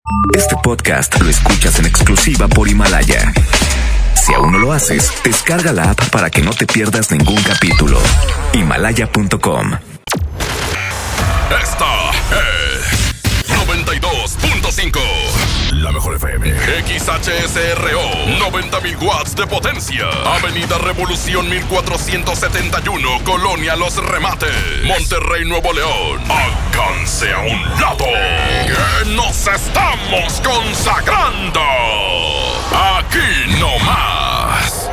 Este podcast lo escuchas en exclusiva por Himalaya. Si aún no lo haces, descarga la app para que no te pierdas ningún capítulo. Himalaya.com. Esta es 92.5. La mejor FM. XHSRO. 90,000 watts de potencia. Avenida Revolución 1471. Colonia Los Remates. Monterrey, Nuevo León. Alcance a un lado. Que nos estamos consagrando. Aquí no más.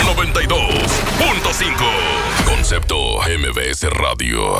92.5. Concepto MBS Radio.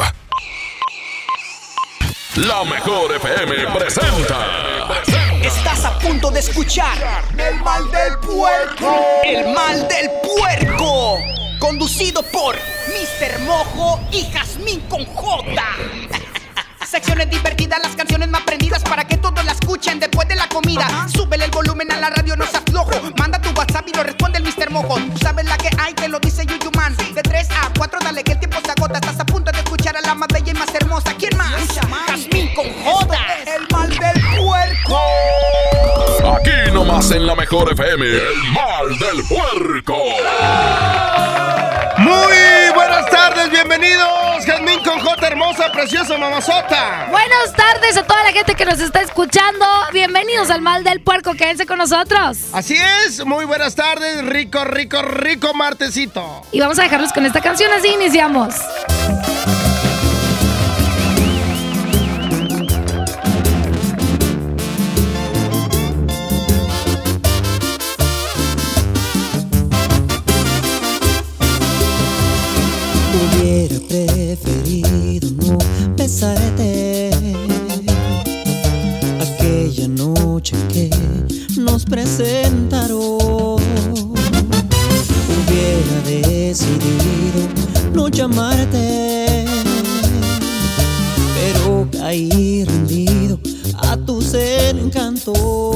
La mejor FM presenta. Estás a punto de escuchar El Mal del Puerco. El Mal del Puerco. Conducido por Mr. Mojo y Jazmín con J. Secciones divertidas, las canciones más prendidas para que todos la escuchen después de la comida. Súbele el volumen a la radio, no seas flojo. Manda tu WhatsApp y lo responde el Mr. Mojo. Tú sabes la que hay, te lo dice Yuyuman. De 3 a 4, dale que el tiempo se agota. Estás a punto de escuchar a la más bella y más hermosa. ¿Quién más? Jazmín con J. El Mal del Puerco. Aquí nomás en la mejor FM. El Mal del Puerco. Muy buenas tardes, bienvenidos. Jazmín con J, hermosa, preciosa, mamazota. Buenas tardes a toda la gente que nos está escuchando. Bienvenidos al Mal del Puerco, quédense con nosotros. Así es, muy buenas tardes, rico, rico, rico martesito. Y vamos a dejarlos con esta canción, así iniciamos. Hubiera preferido no besarte aquella noche que nos presentaron. Hubiera decidido no llamarte, pero caí rendido a tus encantos.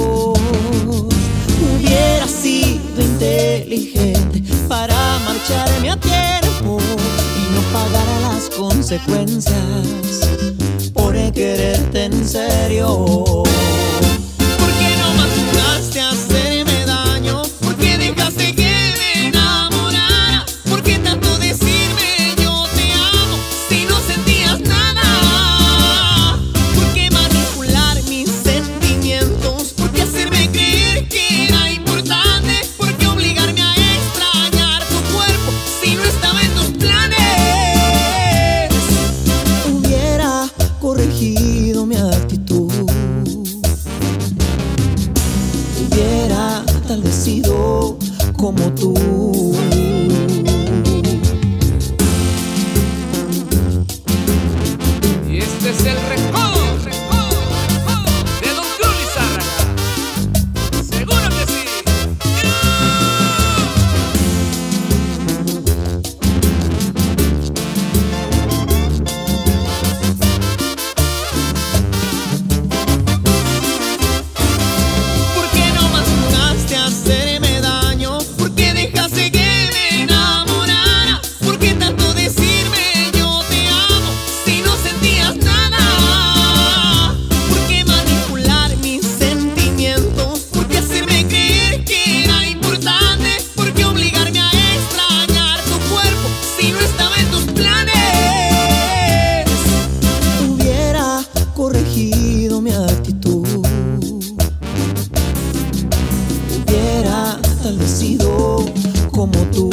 Hubiera sido inteligente para marcharme a tiempo y no pagar las consecuencias por quererte en serio. ¿Por qué no más jugaste a hacerme daño? ¿Por qué dejaste que me enamorara? ¿Por qué tanto decirme yo te amo si no sentías nada? ¿Por qué manipular mis sentimientos? ¿Por qué hacerme creer que era importante? ¿Por qué obligarme a extrañar tu cuerpo si no estaba en tus planes? Hubiera corregido mi actitud, hubiera tal vez sido como tú. Y este es el recodo de Don Julio Lizárraga. Seguro que sí. ¿Por qué no más jugaste a hacerme daño? ¿Por qué dejaste que me enamorara? ¿Por qué tanto decirme yo te amo si no sentías nada? ¿Por qué manipular mis sentimientos? ¿Por qué hacerme creer que era importante? ¿Por qué obligarme a extrañar tu cuerpo si no estaba en tus planes? Hubiera corregido mi actitud, hubiera tal vez sido como tú.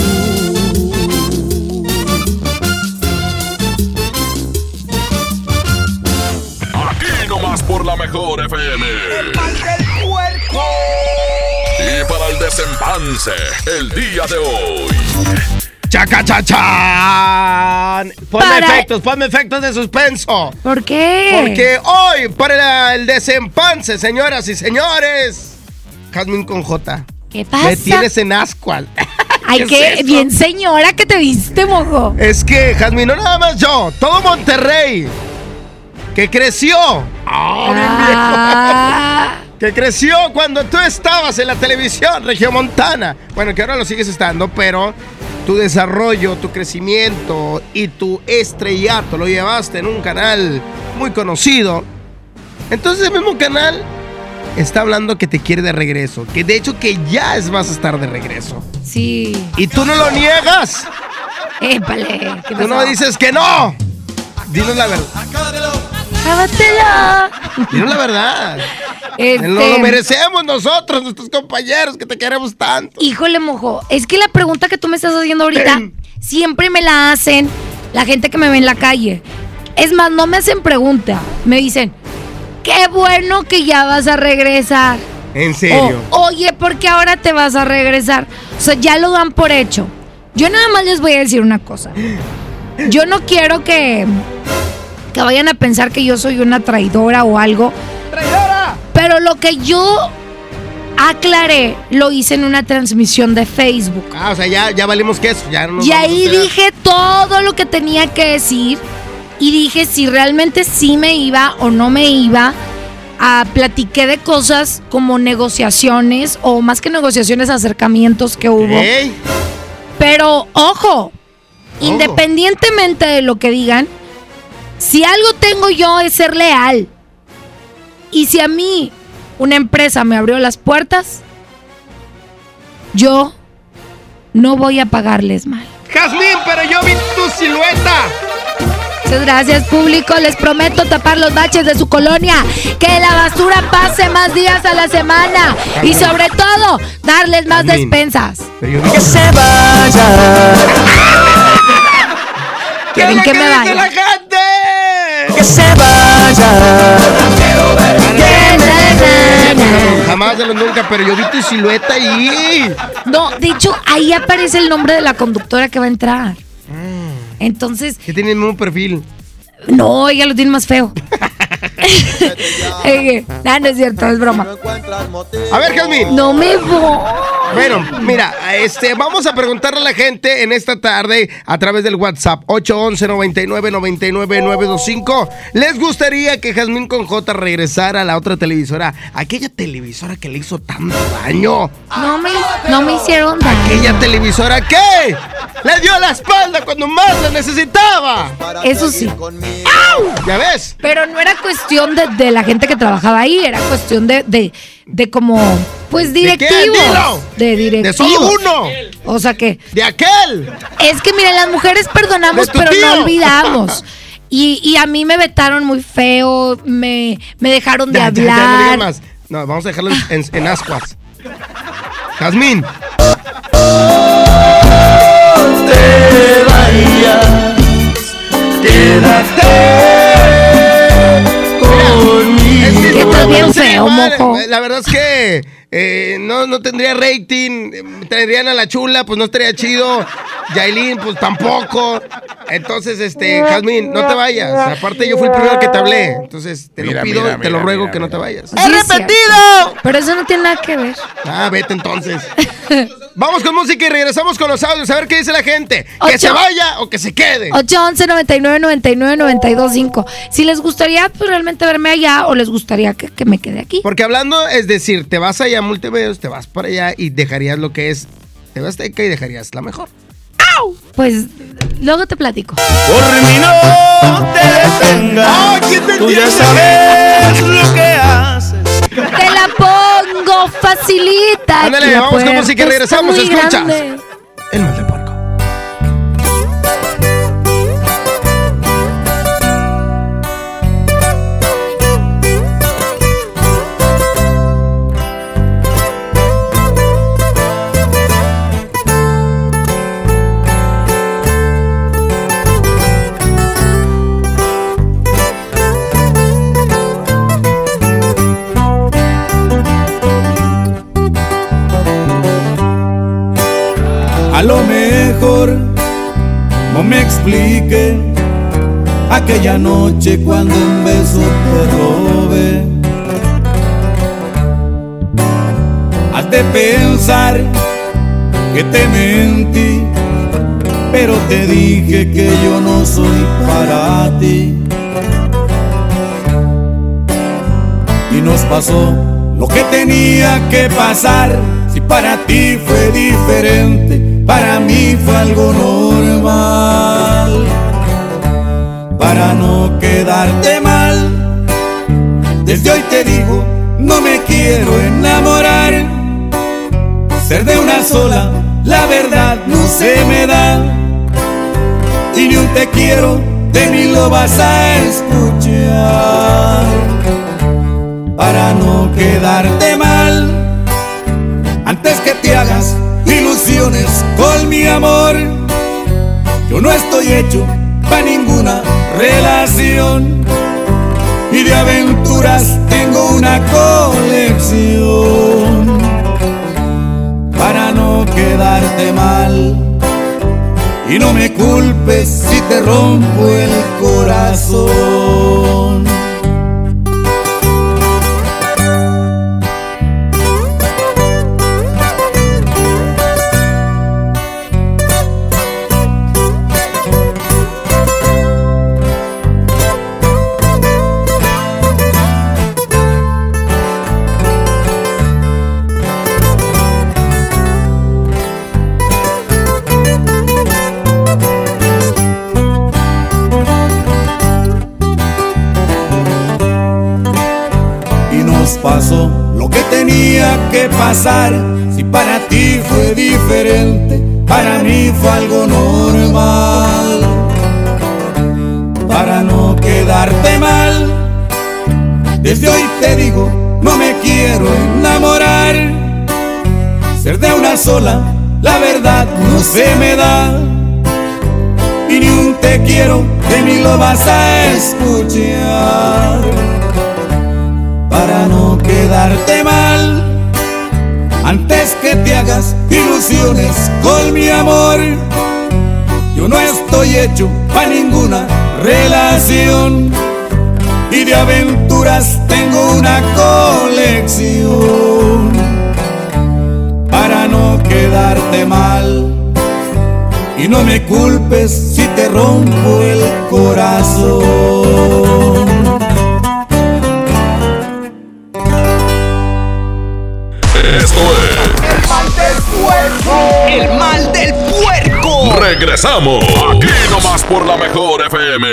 Aquí nomás por la mejor FM. El Mal del Puerco. Y para el desempance, el día de hoy. ¡Chacachachán! Ponme efectos de suspenso. ¿Por qué? Porque hoy, para el desempance, señoras y señores, Jazmín con J. ¿Qué pasa? Me tienes en ascual. Ay, qué es bien señora que te viste, Mojo. Es que, Jazmín, no nada más yo, todo Monterrey, que creció. Que creció cuando tú estabas en la televisión regiomontana. Bueno, que ahora lo sigues estando, pero tu desarrollo, tu crecimiento y tu estrellato lo llevaste en un canal muy conocido. Entonces, el mismo canal está hablando que te quiere de regreso. Que de hecho que ya vas a estar de regreso. Sí. Y tú no lo niegas. Épale. ¿Qué Tú pasó? no dices que no. Dinos la verdad. ¡Cábatela! Dinos la verdad. No lo merecemos nosotros, nuestros compañeros, que te queremos tanto. Híjole, mojo. Es que la pregunta que tú me estás haciendo ahorita siempre me la hacen la gente que me ve en la calle. Es más, no me hacen pregunta. Me dicen, qué bueno que ya vas a regresar. ¿En serio? Oye, ¿por qué ahora te vas a regresar? O sea, ya lo dan por hecho. Yo nada más les voy a decir una cosa. Yo no quiero que vayan a pensar que yo soy una traidora o algo. ¡Traidora! Pero lo que yo aclaré, lo hice en una transmisión de Facebook. O sea, ya valimos queso. Ya no nos Y vamos a ahí enterar. dije todo lo que tenía que decir. Y dije si realmente sí me iba o no me iba. Platiqué de cosas como negociaciones, o más que negociaciones, acercamientos que hubo. Ey, Pero, ojo, independientemente de lo que digan, si algo tengo yo es ser leal. Y si a mí una empresa me abrió las puertas, yo no voy a pagarles mal. Jazmín, pero yo vi tu silueta. Muchas gracias, público. Les prometo tapar los baches de su colonia, que la basura pase más días a la semana y sobre todo darles más Jazmín, despensas. Pero yo vi Que se vaya, ¿Quieren que me dice vaya? la gente? que se vaya. Jamás de los nunca, pero yo vi tu silueta ahí. No, de hecho, ahí aparece el nombre de la conductora que va a entrar. Entonces, Que tiene el mismo perfil. no, ella lo tiene más feo. No es cierto, es broma. A ver, Jazmín. No me voy. Bueno, mira, vamos a preguntarle a la gente en esta tarde a través del WhatsApp 811-9999-925. ¿Les gustaría que Jazmín con J regresara a la otra televisora? Aquella televisora que le hizo tanto daño. No me hicieron daño. Aquella televisora que le dio la espalda cuando más la necesitaba. Eso sí. ¿Ya ves? Pero no era cuestión de la gente que trabajaba ahí, era cuestión de como, pues, directivos. ¿De qué? Dilo. De directivos. De solo uno. O sea que, De aquel. es que miren, las mujeres perdonamos, De tu pero tío. no olvidamos. Y a mí me vetaron muy feo, me dejaron de Ya, hablar. no digas más. No, vamos a dejarlo en ascuas. Jazmín. Te vayas, quédate conmigo. Es Que estás bien no sería feo, mal. mojo. La verdad es que no tendría rating. Tendrían a la chula, pues no estaría chido. Yailin, pues tampoco. Entonces, Jazmín, no te vayas. Aparte, yo fui el primero que te hablé. Entonces, te lo pido, te lo ruego que no te vayas. Sí, es cierto. Pero eso no tiene nada que ver. Vete entonces. Vamos con música y regresamos con los audios. A ver qué dice la gente. ¿Que se vaya o que se quede? 811-9999-925. Si les gustaría, pues, realmente verme allá, o les gustaría que me quede aquí. Porque hablando, es decir, te vas allá a Multimedios, te vas para allá y dejarías lo que es TV Azteca y dejarías la mejor. Pues luego te platico. Por mí no te detengas. Tú ya sabes lo que haces. Te la pongo facilita. Ándale, que la vamos con puerta música y está regresamos, muy escuchas. grande. El mal del puerco. A lo mejor no me explique aquella noche cuando un beso te robé. Has de pensar que te mentí, pero te dije que yo no soy para ti. Y nos pasó lo que tenía que pasar. Si para ti fue diferente, para mí fue algo normal. Para no quedarte mal, desde hoy te digo, no me quiero enamorar. Ser de una sola, la verdad no se me da. Y ni un te quiero de mí lo vas a escuchar. Para no quedarte mal, antes que te hagas ilusiones con mi amor, yo no estoy hecho para ninguna relación. Y de aventuras tengo una colección. Para no quedarte mal, y no me culpes si te rompo el corazón. Pasó lo que tenía que pasar. Si para ti fue diferente, para mí fue algo normal. Para no quedarte mal, desde hoy te digo, no me quiero enamorar. Ser de una sola, la verdad no se me da. Y ni un te quiero de mí lo vas a escuchar. Para no quedarte mal, antes que te hagas ilusiones con mi amor, yo no estoy hecho para ninguna relación. Y de aventuras tengo una colección. Para no quedarte mal, y no me culpes si te rompo el corazón. Esto es El mal del puerco. El mal del puerco. Regresamos aquí nomás por la mejor FM.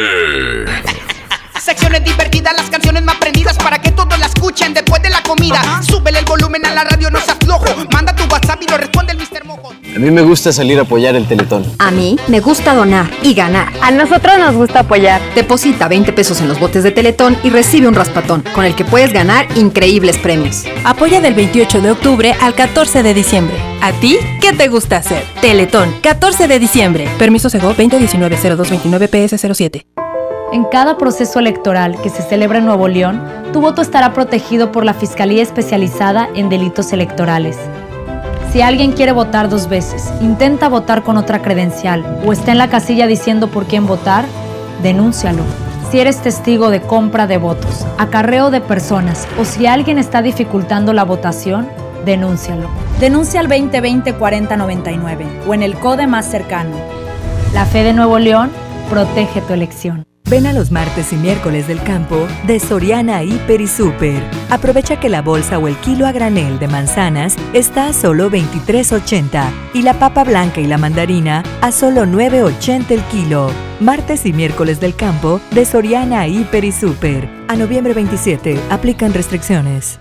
Secciones divertidas, las canciones más prendidas para que todos la escuchen después de la comida. Súbele el volumen a la radio, no seas flojo. Manda tu WhatsApp y lo responde el Mr. Mojo. A mí me gusta salir a apoyar el Teletón. A mí me gusta donar y ganar. A nosotros nos gusta apoyar. Deposita 20 pesos en los botes de Teletón y recibe un raspatón, con el que puedes ganar increíbles premios. Apoya del 28 de octubre al 14 de diciembre. ¿A ti qué te gusta hacer? Teletón, 14 de diciembre. Permiso Segov 2019-0229-PS07. En cada proceso electoral que se celebra en Nuevo León, tu voto estará protegido por la Fiscalía Especializada en Delitos Electorales. Si alguien quiere votar 2 veces, intenta votar con otra credencial o está en la casilla diciendo por quién votar, denúncialo. Si eres testigo de compra de votos, acarreo de personas o si alguien está dificultando la votación, denúncialo. Denuncia al 2020-4099 o en el CODE más cercano. La fe de Nuevo León protege tu elección. Ven a los martes y miércoles del campo de Soriana Hiper y Super. Aprovecha que la bolsa o el kilo a granel de manzanas está a solo $23.80 y la papa blanca y la mandarina a solo $9.80 el kilo. Martes y miércoles del campo de Soriana Hiper y Super. A noviembre 27, aplican restricciones.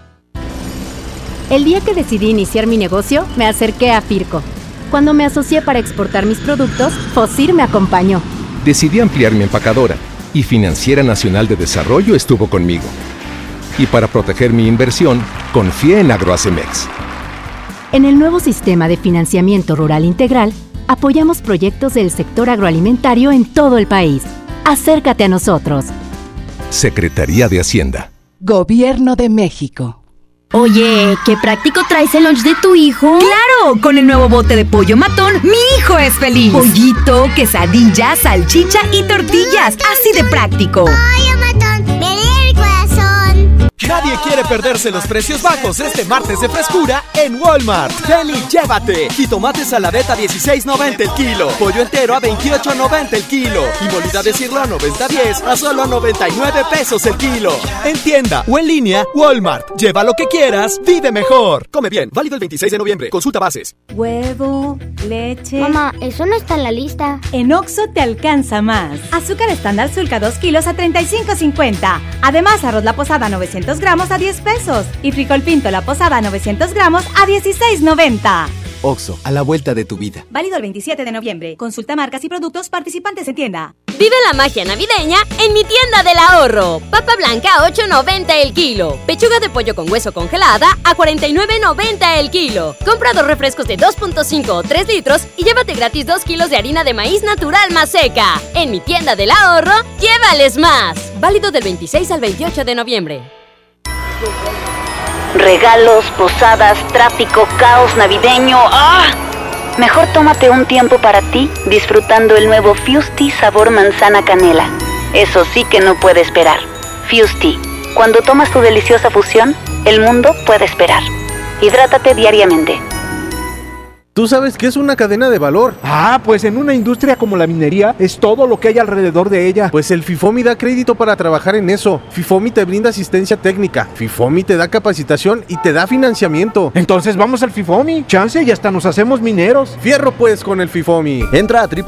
El día que decidí iniciar mi negocio, me acerqué a Firco. Cuando me asocié para exportar mis productos, Fosir me acompañó. Decidí ampliar mi empacadora y Financiera Nacional de Desarrollo estuvo conmigo. Y para proteger mi inversión, confié en Agroacemex. En el nuevo sistema de financiamiento rural integral, apoyamos proyectos del sector agroalimentario en todo el país. Acércate a nosotros. Secretaría de Hacienda. Gobierno de México. Oye, ¿qué práctico traes el lunch de tu hijo? ¡Claro! Con el nuevo bote de pollo matón, mi hijo es feliz. Pollito, quesadilla, salchicha y tortillas. Así de práctico. ¡Pollo matón! ¡Me dio el corazón! Nadie quiere perderse los precios bajos este martes de frescura en Walmart. Ven y llévate. Jitomate saladeta a $16.90 el kilo. Pollo entero a $28.90 el kilo. Y molida de cirlo a 90.10 a solo 99 pesos el kilo. En tienda o en línea, Walmart. Lleva lo que quieras, vive mejor. Come bien. Válido el 26 de noviembre. Consulta bases. Huevo, leche. Mamá, eso no está en la lista. En Oxxo te alcanza más. Azúcar estándar Sulca 2 kilos a $35.50. Además, arroz La Posada 900 200 gramos a 10 pesos. Y frijol pinto La Posada 900 gramos a 16.90. Oxxo, a la vuelta de tu vida. Válido el 27 de noviembre. Consulta marcas y productos participantes en tienda. Vive la magia navideña en mi tienda del ahorro. Papa blanca a $8.90 el kilo. Pechuga de pollo con hueso congelada a $49.90 el kilo. Compra 2 refrescos de 2.5 o 3 litros y llévate gratis 2 kilos de harina de maíz natural más seca. En mi tienda del ahorro, llévales más. Válido del 26 al 28 de noviembre. Regalos, posadas, tráfico, caos navideño. ¡Ah! Mejor tómate un tiempo para ti disfrutando el nuevo Fusti sabor manzana canela. Eso sí que no puede esperar. Fusti, cuando tomas tu deliciosa fusión, el mundo puede esperar. Hidrátate diariamente. ¿Tú sabes qué es una cadena de valor? Ah, pues en una industria como la minería es todo lo que hay alrededor de ella. Pues el FIFOMI da crédito para trabajar en eso. FIFOMI te brinda asistencia técnica. FIFOMI te da capacitación y te da financiamiento. Entonces vamos al FIFOMI. Chance y hasta nos hacemos mineros. Fierro pues con el FIFOMI. Entra a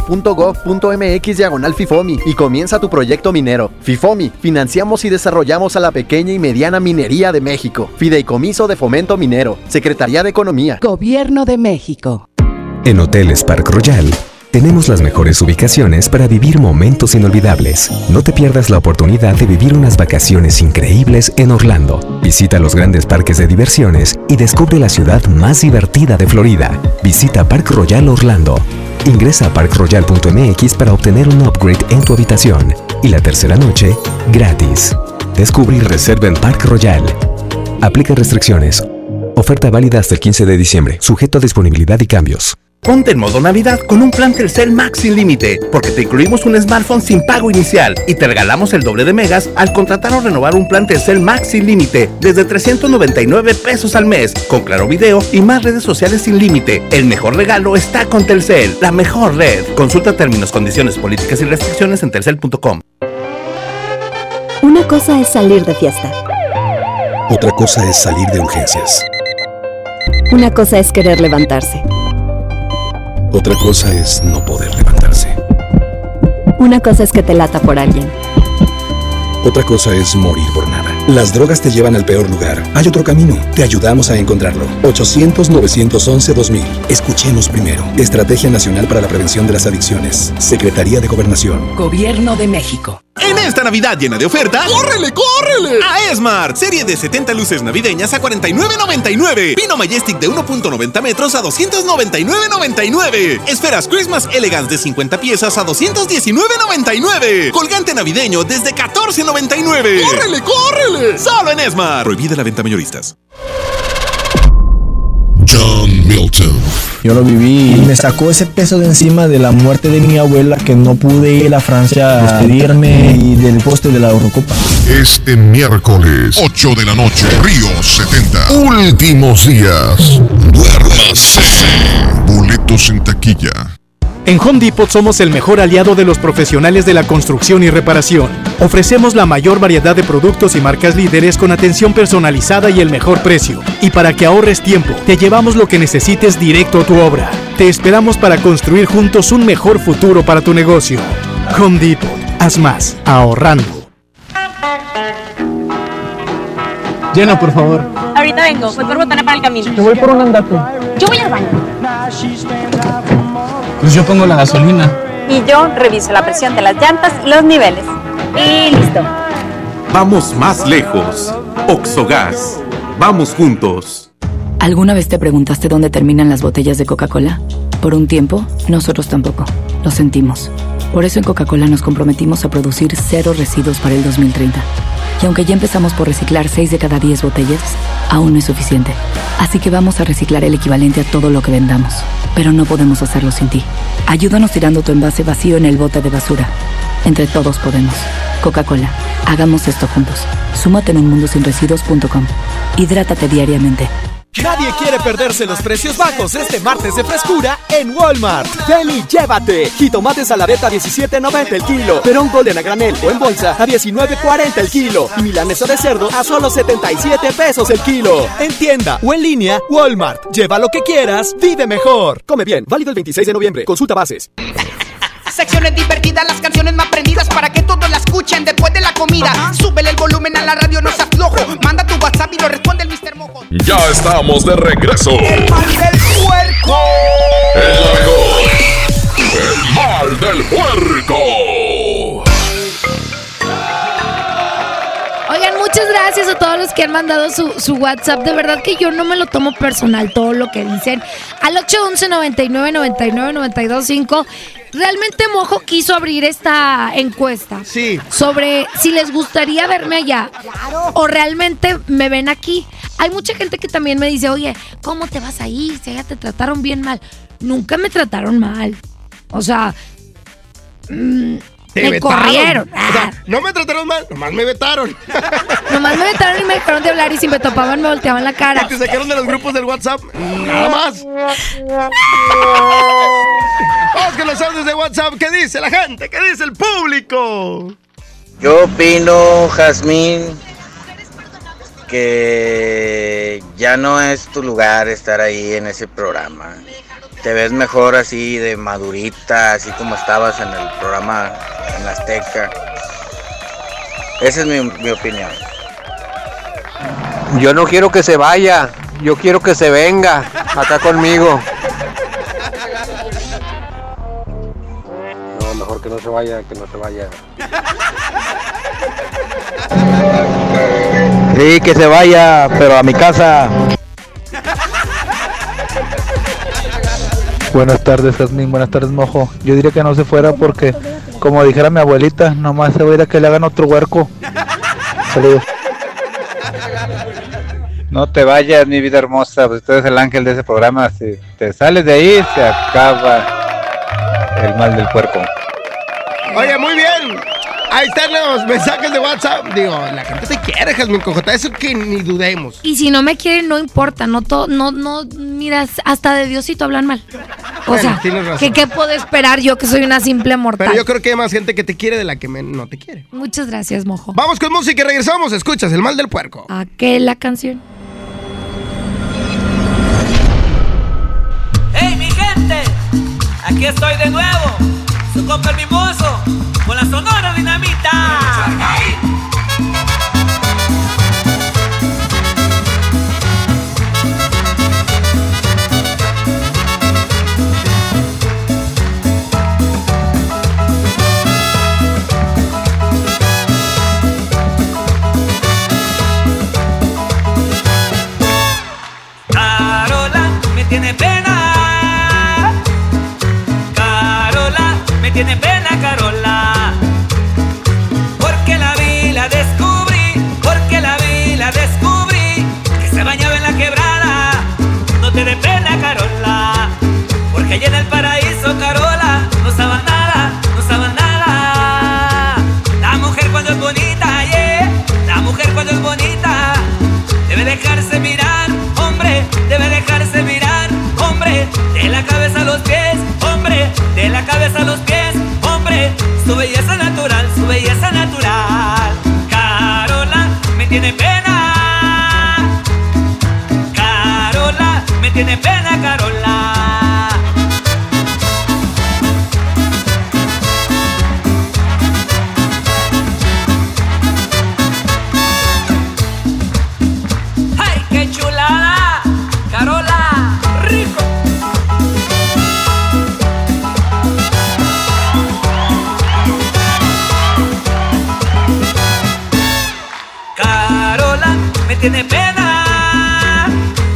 www.gov.mx/FIFOMI y comienza tu proyecto minero. FIFOMI, financiamos y desarrollamos a la pequeña y mediana minería de México. Fideicomiso de Fomento Minero. Secretaría de Economía. Gobierno de México. En Hoteles Park Royal tenemos las mejores ubicaciones para vivir momentos inolvidables. No te pierdas la oportunidad de vivir unas vacaciones increíbles en Orlando. Visita los grandes parques de diversiones y descubre la ciudad más divertida de Florida. Visita Park Royal Orlando. Ingresa a parkroyal.mx para obtener un upgrade en tu habitación. Y la tercera noche, gratis. Descubre y reserva en Park Royal. Aplica restricciones. Oferta válida hasta el 15 de diciembre, sujeto a disponibilidad y cambios. Ponte en modo Navidad con un plan Telcel Max sin límite, porque te incluimos un smartphone sin pago inicial y te regalamos el doble de megas al contratar o renovar un plan Telcel Max sin límite desde 399 pesos al mes, con Claro Video y más redes sociales sin límite. El mejor regalo está con Telcel, la mejor red. Consulta términos, condiciones, políticas y restricciones en telcel.com. Una cosa es salir de fiesta. Otra cosa es salir de urgencias. Una cosa es querer levantarse. Otra cosa es no poder levantarse. Una cosa es que te lata por alguien. Otra cosa es morir por nada. Las drogas te llevan al peor lugar. Hay otro camino. Te ayudamos a encontrarlo. 800-911-2000. Escuchemos primero. Estrategia Nacional para la Prevención de las Adicciones. Secretaría de Gobernación. Gobierno de México. En esta Navidad llena de ofertas, ¡córrele, córrele! A Esmart, serie de 70 luces navideñas a $49.99. Pino Majestic de 1.90 metros a $299.99. Esferas Christmas Elegance de 50 piezas a $219.99. Colgante navideño desde $14.99. ¡Córrele, córrele! Solo en Esmart. Prohibida la venta mayoristas. John Milton. Yo lo viví y me sacó ese peso de encima de la muerte de mi abuela, que no pude ir a Francia a despedirme, y del poste de la Eurocopa. Este miércoles, 8 de la noche, Río 70. Últimos días. Duérmase. Boletos en taquilla. En Home Depot somos el mejor aliado de los profesionales de la construcción y reparación. Ofrecemos la mayor variedad de productos y marcas líderes con atención personalizada y el mejor precio. Y para que ahorres tiempo, te llevamos lo que necesites directo a tu obra. Te esperamos para construir juntos un mejor futuro para tu negocio. Home Depot. Haz más, ahorrando. Llena, por favor. Ahorita vengo, voy por botana para el camino. Te voy por un andate. Yo voy al baño. Pues yo pongo la gasolina. Y yo reviso la presión de las llantas y los niveles. Y listo. Vamos más lejos. Oxogas. Vamos juntos. ¿Alguna vez te preguntaste dónde terminan las botellas de Coca-Cola? Por un tiempo, nosotros tampoco. Lo sentimos. Por eso en Coca-Cola nos comprometimos a producir 0 residuos para el 2030. Y aunque ya empezamos por reciclar 6 de cada 10 botellas, aún no es suficiente. Así que vamos a reciclar el equivalente a todo lo que vendamos. Pero no podemos hacerlo sin ti. Ayúdanos tirando tu envase vacío en el bote de basura. Entre todos podemos. Coca-Cola. Hagamos esto juntos. Súmate en unmundosinresiduos.com. Hidrátate diariamente. Nadie quiere perderse los precios bajos este martes de frescura en Walmart. Ven y llévate. Jitomate saladeta a $17.90 el kilo. Perón Golden a granel o en bolsa a $19.40 el kilo. Y milanesa de cerdo a solo 77 pesos el kilo. En tienda o en línea, Walmart. Lleva lo que quieras, vive mejor. Come bien. Válido el 26 de noviembre. Consulta bases. Secciones divertidas, las canciones más prendidas para que todos la escuchen después de la comida. Súbele el volumen a la radio, no seas flojo. Manda tu WhatsApp y lo responde el Mr. Mojo. Ya estamos de regreso. El mal del puerco. El mal del puerco. Oigan, muchas gracias a todos los que han mandado su WhatsApp. De verdad que yo no me lo tomo personal todo lo que dicen. Al 811-9999-925. Realmente Mojo quiso abrir esta encuesta. Sí. Sobre si les gustaría verme allá. Claro. O realmente me ven aquí. Hay mucha gente que también me dice, oye, ¿cómo te vas a ir? Si allá te trataron bien mal. Nunca me trataron mal. O sea, me corrieron. O sea, no me trataron mal, nomás me vetaron. Nomás me vetaron y me dejaron de hablar y si me topaban me volteaban la cara. Y te sacaron de los grupos del WhatsApp, nada más. Vamos con los audios de WhatsApp. ¿Qué dice la gente? ¿Qué dice el público? Yo opino, Jazmín, que ya no es tu lugar estar ahí en ese programa. Te ves mejor así de madurita, así como estabas en el programa en Azteca. Esa es mi opinión. Yo no quiero que se vaya, yo quiero que se venga acá conmigo. No, mejor que no se vaya, que no se vaya. Sí, que se vaya, pero a mi casa. Buenas tardes, Jazmín. Buenas tardes, Mojo. Yo diría que no se fuera porque, como dijera mi abuelita, nomás se va a ir a que le hagan otro huerco. Saludos. No te vayas, mi vida hermosa, pues tú eres el ángel de ese programa. Si te sales de ahí, se acaba el mal del puerco. Oye, muy bien. Ahí están los mensajes de WhatsApp. Digo, la gente te quiere, Jazmín Cojota, eso que ni dudemos. Y si no me quieren, no importa. No, miras, hasta de Diosito hablan mal. O sea, ¿qué puedo esperar yo que soy una simple mortal? Pero yo creo que hay más gente que te quiere de la que no te quiere. Muchas gracias, Mojo. Vamos con música y regresamos. Escuchas el mal del puerco. ¿A qué la canción? ¡Hey, mi gente! Aquí estoy de nuevo. Su compa el mimoso con la Sonora Dinamita. Carola me tiene pena. Carola me tiene pena, Carola. Porque la vi, la descubrí. Porque la vi, la descubrí. Que se bañaba en la quebrada. No te dé pena, Carola. Porque allá en el paraíso, Carola, no saben nada, no saben nada. La mujer cuando es bonita, yeah. La mujer cuando es bonita debe dejarse mirar, hombre. Debe dejarse mirar, hombre. De la cabeza a los pies, hombre. De la cabeza a los pies, hombre. Su belleza natural, su belleza natural. Carola me tiene pena. Carola me tiene pena, Carola. ¡Ay, qué chulada! Carola, rico. Carola me tiene pena.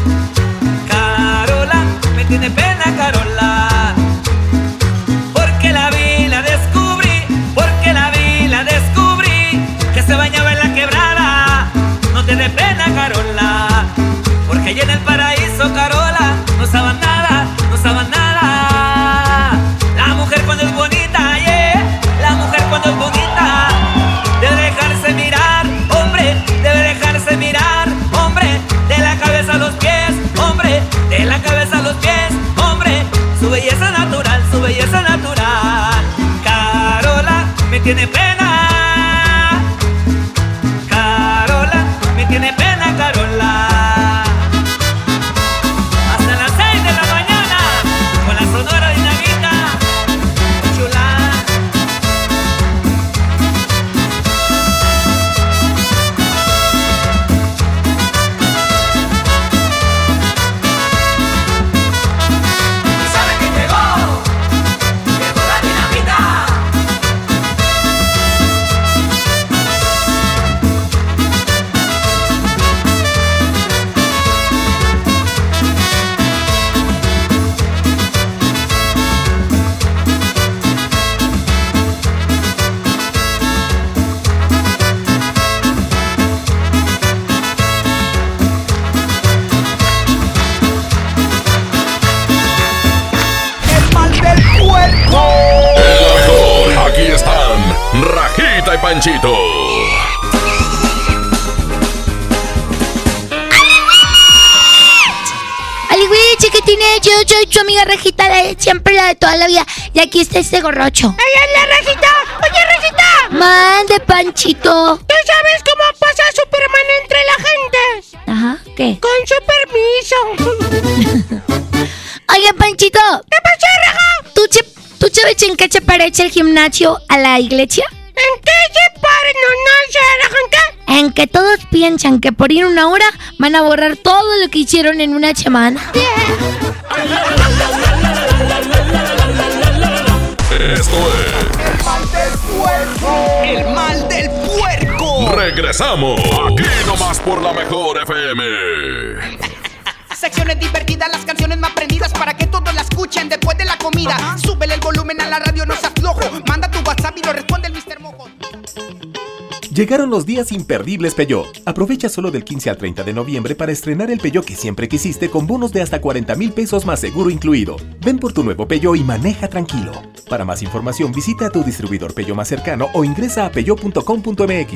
Carola me tiene pena, Carola. Porque la vi, la descubrí. Porque la vi, la descubrí. Que se bañaba en la quebrada. No te dé pena, Carola. Porque allá en el paraíso, Carola, no saben nada, no saben nada. La mujer cuando es bonita, yeah. La mujer cuando es bonita debe dejarse mirar, hombre. Debe dejarse mirar, hombre. De la cabeza a los pies, hombre. De la cabeza a los pies, hombre. Su belleza natural, su belleza natural. Carola me tiene pena. Carola me tiene pena, Carola. Hasta las 6 de la mañana con la Sonora Dinamita. Chulada. Panchito. Chiquitines, yo soy tu amiga Rejita, siempre la de toda la vida. Y aquí está este gorrocho. ¡Ahí es la Rejita! ¡Oye, Rejita! Mande, Panchito. ¿Tú sabes cómo pasa Superman entre la gente? Ajá, ¿qué? Con su permiso. Oye, Panchito. ¿Qué pasó, Reja? ¿Tú sabes en qué se parece el gimnasio a la iglesia? ¿En qué se parece? No sé, Reja, ¿en qué? En que todos piensan que por ir una hora van a borrar todo lo que hicieron en una semana. Esto es... ¡El mal del puerco! ¡El mal del puerco! Regresamos. Aquí nomás por la mejor FM. Secciones divertidas, las canciones más prendidas para que todos la escuchen después de la comida. Súbele el volumen a la radio, no seas flojo. Manda tu WhatsApp y lo responde el Mr. Mojo. Llegaron los días imperdibles Peugeot. Aprovecha solo del 15 al 30 de noviembre para estrenar el Peugeot que siempre quisiste con bonos de hasta 40,000 pesos más seguro incluido. Ven por tu nuevo Peugeot y maneja tranquilo. Para más información visita a tu distribuidor Peugeot más cercano o ingresa a peugeot.com.mx.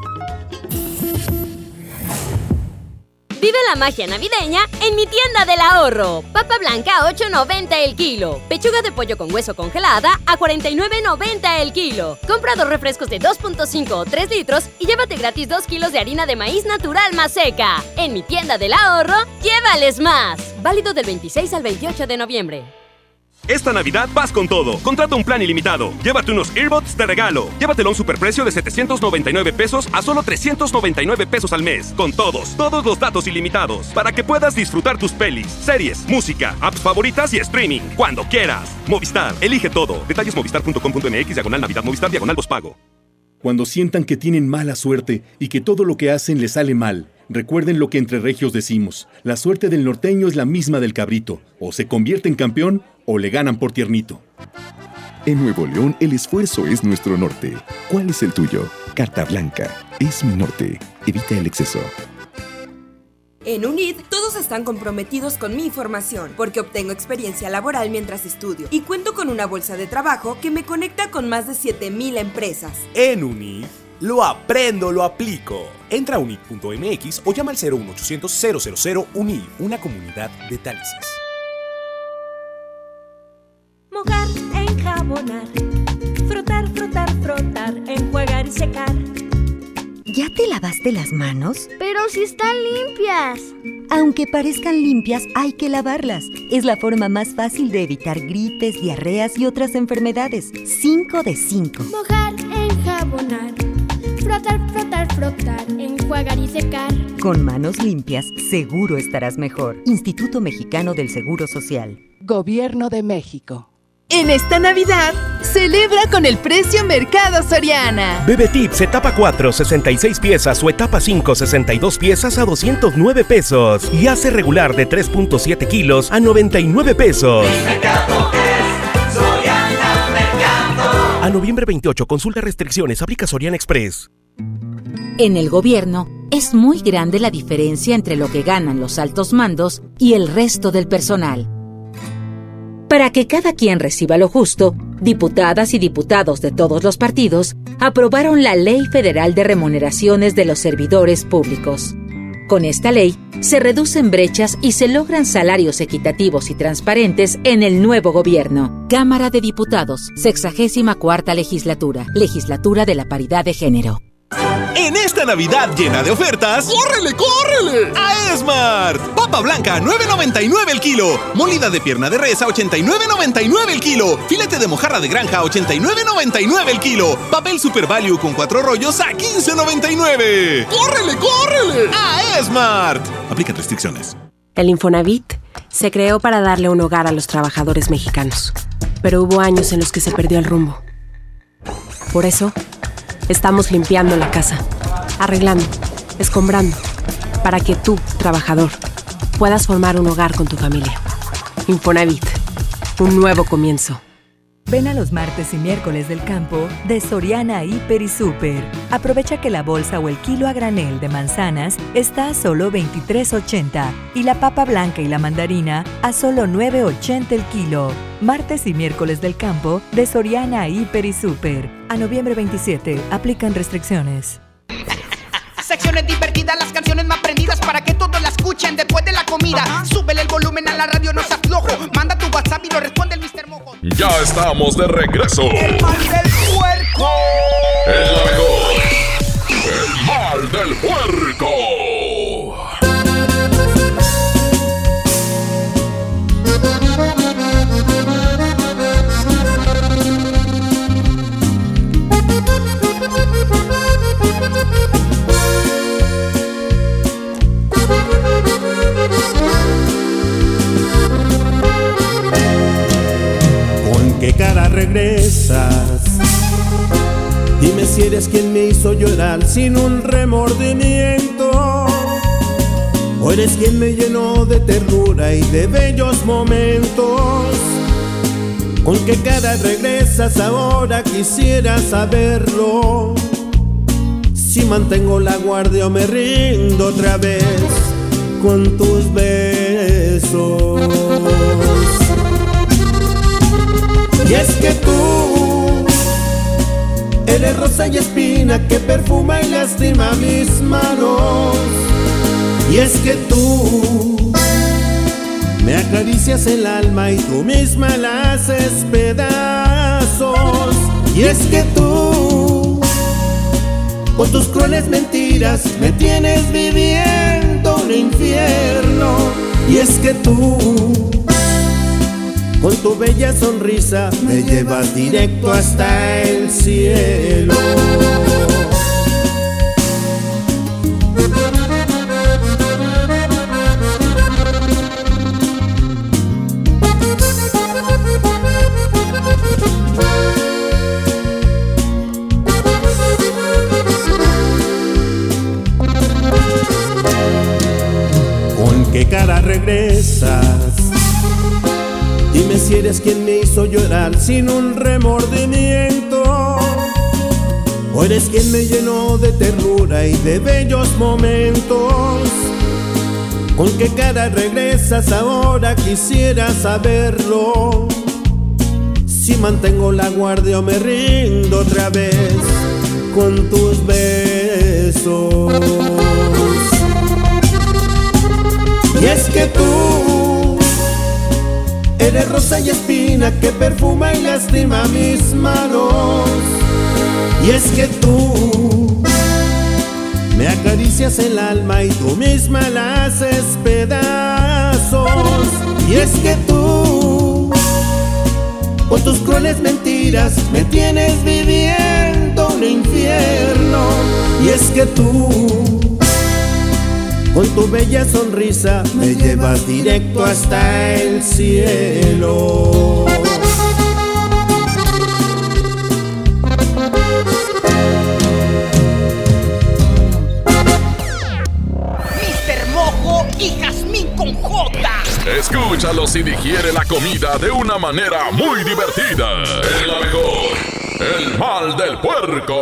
Vive la magia navideña en mi tienda del ahorro. Papa blanca a $8.90 el kilo. Pechuga de pollo con hueso congelada a $49.90 el kilo. Compra 2 refrescos de 2.5 o 3 litros y llévate gratis 2 kilos de harina de maíz natural más seca. En mi tienda del ahorro, llévales más. Válido del 26 al 28 de noviembre. Esta Navidad vas con todo. Contrata un plan ilimitado. Llévate unos earbuds de regalo. Llévatelo a un superprecio de 799 pesos a solo 399 pesos al mes. Con todos los datos ilimitados. Para que puedas disfrutar tus pelis, series, música, apps favoritas y streaming. Cuando quieras. Movistar, elige todo. Detalles movistar.com.mx/Navidad Movistar /pospago. Cuando sientan que tienen mala suerte y que todo lo que hacen les sale mal, recuerden lo que entre regios decimos. La suerte del norteño es la misma del cabrito. O se convierte en campeón o le ganan por tiernito. En Nuevo León, el esfuerzo es nuestro norte. ¿Cuál es el tuyo? Carta Blanca. Es mi norte. Evita el exceso. En UNID, todos están comprometidos con mi formación, porque obtengo experiencia laboral mientras estudio y cuento con una bolsa de trabajo que me conecta con más de 7,000 empresas. En UNID, lo aprendo, lo aplico. Entra a unid.mx o llama al 01800 000 UNID, una comunidad de Talices. Mojar, enjabonar, frotar, frotar, frotar, enjuagar y secar. ¿Ya te lavaste las manos? ¡Pero si están limpias! Aunque parezcan limpias, hay que lavarlas. Es la forma más fácil de evitar gripes, diarreas y otras enfermedades. 5 de 5. Mojar, enjabonar, frotar, frotar, frotar, enjuagar y secar. Con manos limpias, seguro estarás mejor. Instituto Mexicano del Seguro Social. Gobierno de México. En esta Navidad, celebra con el precio Mercado Soriana. Bebe Tips etapa 4, 66 piezas o etapa 5, 62 piezas a 209 pesos. Y hace regular de 3.7 kilos a 99 pesos. Mercado es Soriana Mercado. A noviembre 28, consulta restricciones, aplica Soriana Express. En el gobierno, es muy grande la diferencia entre lo que ganan los altos mandos y el resto del personal. Para que cada quien reciba lo justo, diputadas y diputados de todos los partidos aprobaron la Ley Federal de Remuneraciones de los Servidores Públicos. Con esta ley, se reducen brechas y se logran salarios equitativos y transparentes en el nuevo gobierno. Cámara de Diputados, 64ª Legislatura, Legislatura de la Paridad de Género. En esta Navidad llena de ofertas, ¡córrele, córrele! A Esmart. Papa blanca a $9.99 el kilo. Molida de pierna de res a $89.99 el kilo. Filete de mojarra de granja a $89.99 el kilo. Papel Super Value con 4 rollos a $15.99. ¡Córrele, córrele! A Esmart. Aplican restricciones. El Infonavit se creó para darle un hogar a los trabajadores mexicanos. Pero hubo años en los que se perdió el rumbo. Por eso, estamos limpiando la casa, arreglando, escombrando, para que tú, trabajador, puedas formar un hogar con tu familia. Infonavit, un nuevo comienzo. Ven a los martes y miércoles del campo de Soriana Hiper y Super. Aprovecha que la bolsa o el kilo a granel de manzanas está a solo $23.80 y la papa blanca y la mandarina a solo $9.80 el kilo. Martes y miércoles del campo de Soriana Hiper y Super. A noviembre 27, aplican restricciones. Secciones divertidas, las canciones más prendidas para que todos la escuchen después de la comida. Súbele el volumen a la radio, no seas flojo. Manda tu WhatsApp y lo responde el Mr. Mojo. Ya estamos de regreso. El mal del puerco. El mejor. El mal del puerco. ¿Con qué cara regresas? Dime si eres quien me hizo llorar sin un remordimiento, o eres quien me llenó de ternura y de bellos momentos. ¿Con qué cara regresas ahora? Quisiera saberlo. Si mantengo la guardia o me rindo otra vez con tus besos. Y es que tú eres rosa y espina que perfuma y lastima mis manos. Y es que tú me acaricias el alma y tú misma la haces pedazos. Y es que tú con tus crueles mentiras me tienes viviendo un infierno. Y es que tú con tu bella sonrisa me llevas directo hasta el cielo. ¿Con qué cara regresas? Dime si eres quien me hizo llorar sin un remordimiento, o eres quien me llenó de ternura y de bellos momentos. ¿Con qué cara regresas ahora? Quisiera saberlo. Si mantengo la guardia o me rindo otra vez con tus besos. Y es que tú eres rosa y espina que perfuma y lastima mis manos. Y es que tú me acaricias el alma y tú misma la haces pedazos. Y es que tú con tus crueles mentiras me tienes viviendo un infierno. Y es que tú con tu bella sonrisa me llevas directo hasta el cielo. Mr. Mojo y Jazmín con J. Escúchalos y digiere la comida de una manera muy divertida. En la mejor, el mal del puerco.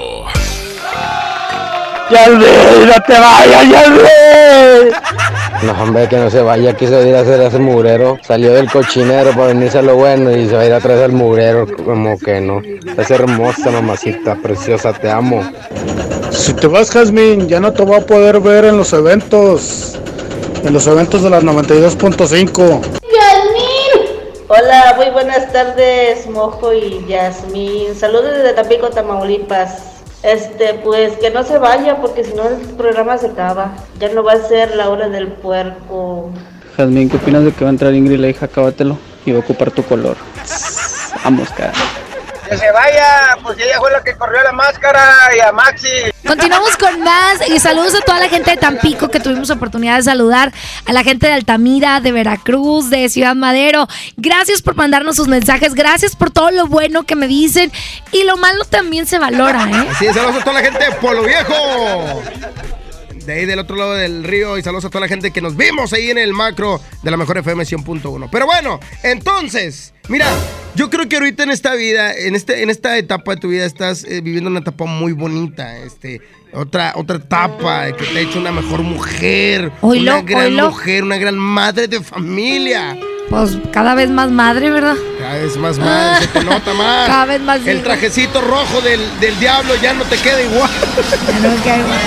¡Yalvi, no te vayas, Yalvi! No, hombre, que no se vaya, quiso ir a hacer ese mugrero. Salió del cochinero para venirse a lo bueno y se va a ir atrás al mugrero, como que no. Es hermosa, mamacita, preciosa, te amo. Si te vas, Jazmín, ya no te voy a poder ver en los eventos. En los eventos de las 92.5. ¡Yasmín! Hola, muy buenas tardes, Mojo y Yasmín. Saludos desde Tampico, Tamaulipas. Pues que no se vaya porque si no el programa se acaba. Ya no va a ser la hora del puerco. Jazmín, ¿qué opinas de que va a entrar Ingrid y la hija? Acábatelo y va a ocupar tu color. Vamos, cara. Que se vaya, pues ella fue la que corrió a la máscara y a Maxi. Continuamos con más y saludos a toda la gente de Tampico que tuvimos oportunidad de saludar, a la gente de Altamira, de Veracruz, de Ciudad Madero. Gracias por mandarnos sus mensajes, gracias por todo lo bueno que me dicen y lo malo también se valora, ¿eh? Sí, saludos a toda la gente de Pueblo Viejo. de ahí del otro lado del río, y saludos a toda la gente que nos vimos ahí en el macro de la mejor FM 100.1. Pero bueno, entonces, mira, yo creo que ahorita en esta vida, en esta etapa de tu vida estás viviendo una etapa muy bonita, otra etapa que te ha hecho una mejor mujer, una gran mujer, una gran madre de familia. Pues cada vez más madre, ¿verdad? Cada vez más madre, se te nota más. Cada vez más. El trajecito rojo del diablo ya no te queda igual. Ya no queda igual.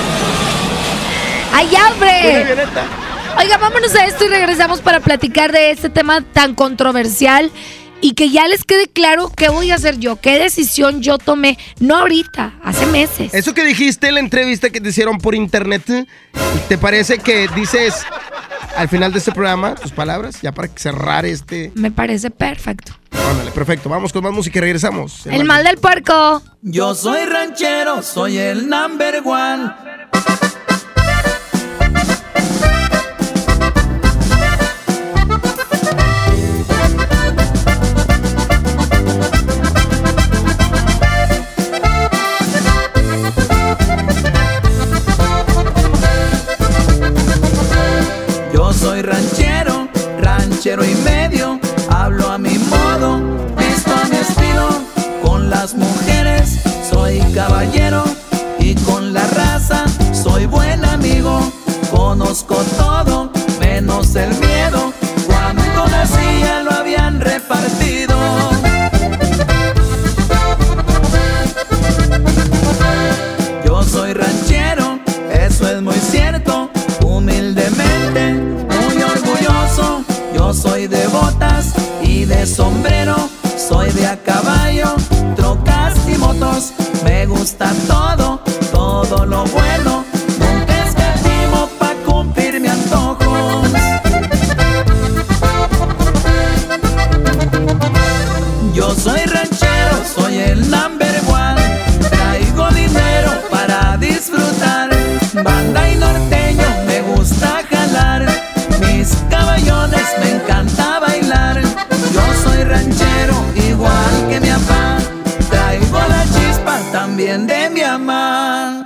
¡Ay, hambre! Oiga, vámonos a esto y regresamos para platicar de este tema tan controversial y que ya les quede claro qué voy a hacer yo, qué decisión yo tomé, no ahorita, hace meses. Eso que dijiste en la entrevista que te hicieron por internet, ¿te parece que dices al final de este programa tus palabras ya para cerrar este? Me parece perfecto. Ándale, perfecto. Vamos con más música y regresamos. El mal del puerco. Yo soy ranchero, soy el number one. Yo soy ranchero, ranchero y medio, hablo a mi modo, visto a mi estilo, con las mujeres soy caballero y con la raza soy buen amigo, conozco todo menos el miedo, cuando nací ya lo habían repartido. Yo soy ranchero, eso es muy cierto, humildemente, muy orgulloso. Yo soy de botas y de sombrero, soy de a caballo, trocas y motos. Me gusta todo, todo lo bueno, nunca escatimo pa' cumplir mis antojos. Yo soy ranchero, soy el number one, traigo dinero para disfrutar, banda y norteño me gusta jalar, mis caballones me encanta bailar. Yo soy ranchero igual que mi papá, traigo la chispa también de mi mamá.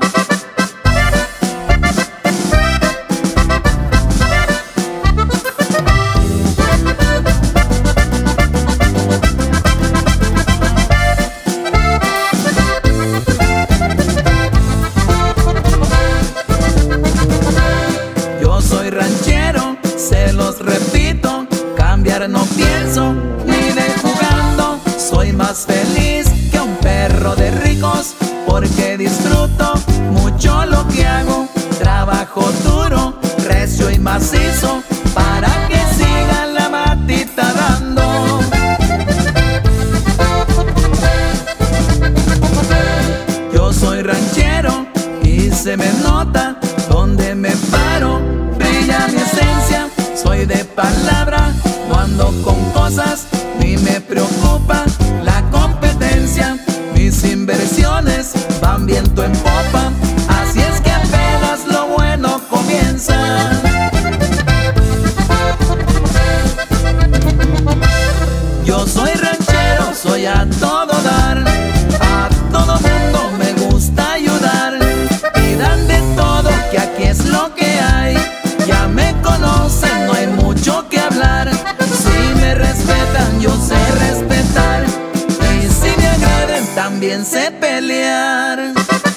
Yo soy ranchero, se los repito, cambiar no pienso, ni de jugando. Soy más feliz que un perro de ricos, porque disfruto mucho lo que hago. Trabajo duro, recio y macizo, para que siga la matita dando. Yo soy ranchero y se me nota donde me paro, brilla mi esencia, soy de palabra, no ando con cosas, ni me preocupa la competencia, mis inversiones van viento en popa, así es que apenas lo bueno comienza. Yo soy ranchero, soy a todo dar, a todo mundo me gusta ayudar, pidan de todo que aquí es lo que hay, ya me conocen, no hay mucho que hablar, si me respetan yo sé respetar, y si me agreden también sé pelear.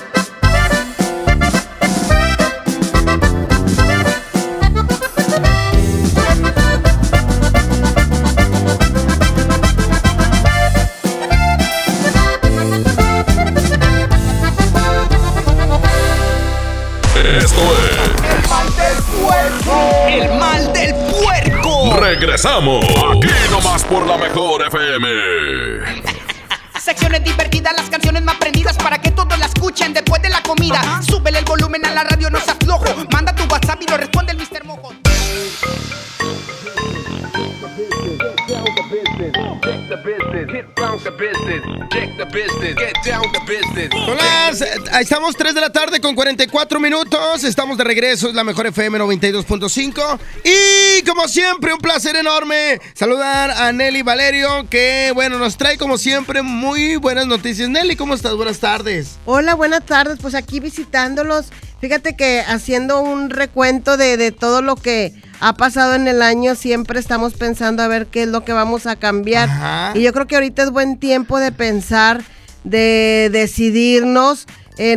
Esto es El mal del puerco. Regresamos aquí nomás por la mejor FM. Secciones divertidas, las canciones más prendidas para que todos la escuchen después de la comida. Súbele el volumen a la radio, no seas flojo. Manda tu WhatsApp y lo responde el Mr. Mojo. Estamos 3 de la tarde con 44 minutos. Estamos de regreso, es la mejor FM 92.5. Y como siempre, un placer enorme saludar a Nelly Valerio, que bueno, nos trae como siempre muy buenas noticias. Nelly, ¿cómo estás? Buenas tardes. Hola, buenas tardes. Pues aquí visitándolos. Fíjate que haciendo un recuento de todo lo que ha pasado en el año, siempre estamos pensando a ver qué es lo que vamos a cambiar. Ajá. Y yo creo que ahorita es buen tiempo de pensar, de decidirnos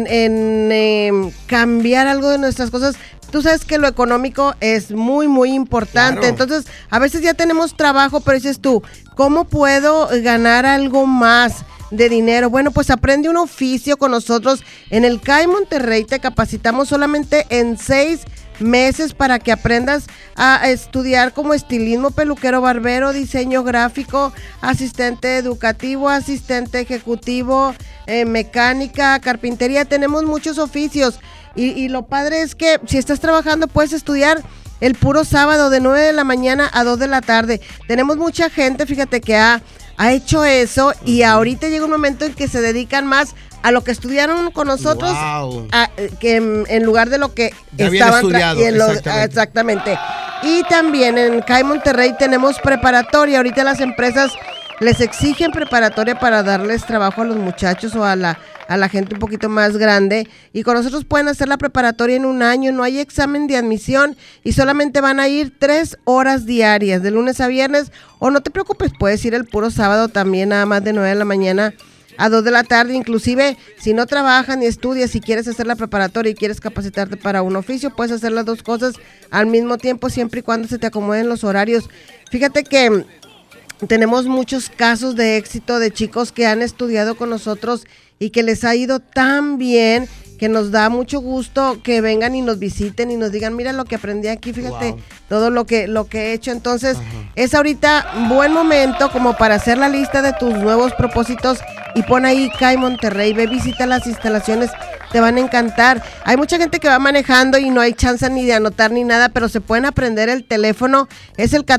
en cambiar algo de nuestras cosas. Tú sabes que lo económico es muy, muy importante. Claro. Entonces, a veces ya tenemos trabajo, pero dices tú, ¿cómo puedo ganar algo más de dinero? Bueno, pues aprende un oficio con nosotros. En el CAI Monterrey te capacitamos solamente en 6 meses para que aprendas a estudiar como estilismo, peluquero, barbero, diseño gráfico, asistente educativo, asistente ejecutivo, mecánica, carpintería. Tenemos muchos oficios y lo padre es que si estás trabajando puedes estudiar el puro sábado de 9 de la mañana a 2 de la tarde. Tenemos mucha gente, fíjate, que ha hecho eso y ahorita llega un momento en que se dedican más a lo que estudiaron con nosotros, Wow. que en lugar de lo que Ya habían estaban estudiado, exactamente. Y también en CAI Monterrey tenemos preparatoria. Ahorita las empresas les exigen preparatoria para darles trabajo a los muchachos o a la gente un poquito más grande, y con nosotros pueden hacer la preparatoria en un año. No hay examen de admisión y solamente van a ir 3 horas diarias, de lunes a viernes, o no te preocupes, puedes ir el puro sábado también, nada más de 9 de la mañana a 2 de la tarde. Inclusive, si no trabajas ni estudias, si quieres hacer la preparatoria y quieres capacitarte para un oficio, puedes hacer las dos cosas al mismo tiempo, siempre y cuando se te acomoden los horarios. Fíjate que tenemos muchos casos de éxito de chicos que han estudiado con nosotros y que les ha ido tan bien que nos da mucho gusto que vengan y nos visiten y nos digan, mira lo que aprendí aquí, fíjate, wow, todo lo que he hecho. Entonces, es ahorita buen momento como para hacer la lista de tus nuevos propósitos y pon ahí CAI Monterrey, ve, visita las instalaciones, te van a encantar. Hay mucha gente que va manejando y no hay chance ni de anotar ni nada, pero se pueden aprender el teléfono, es el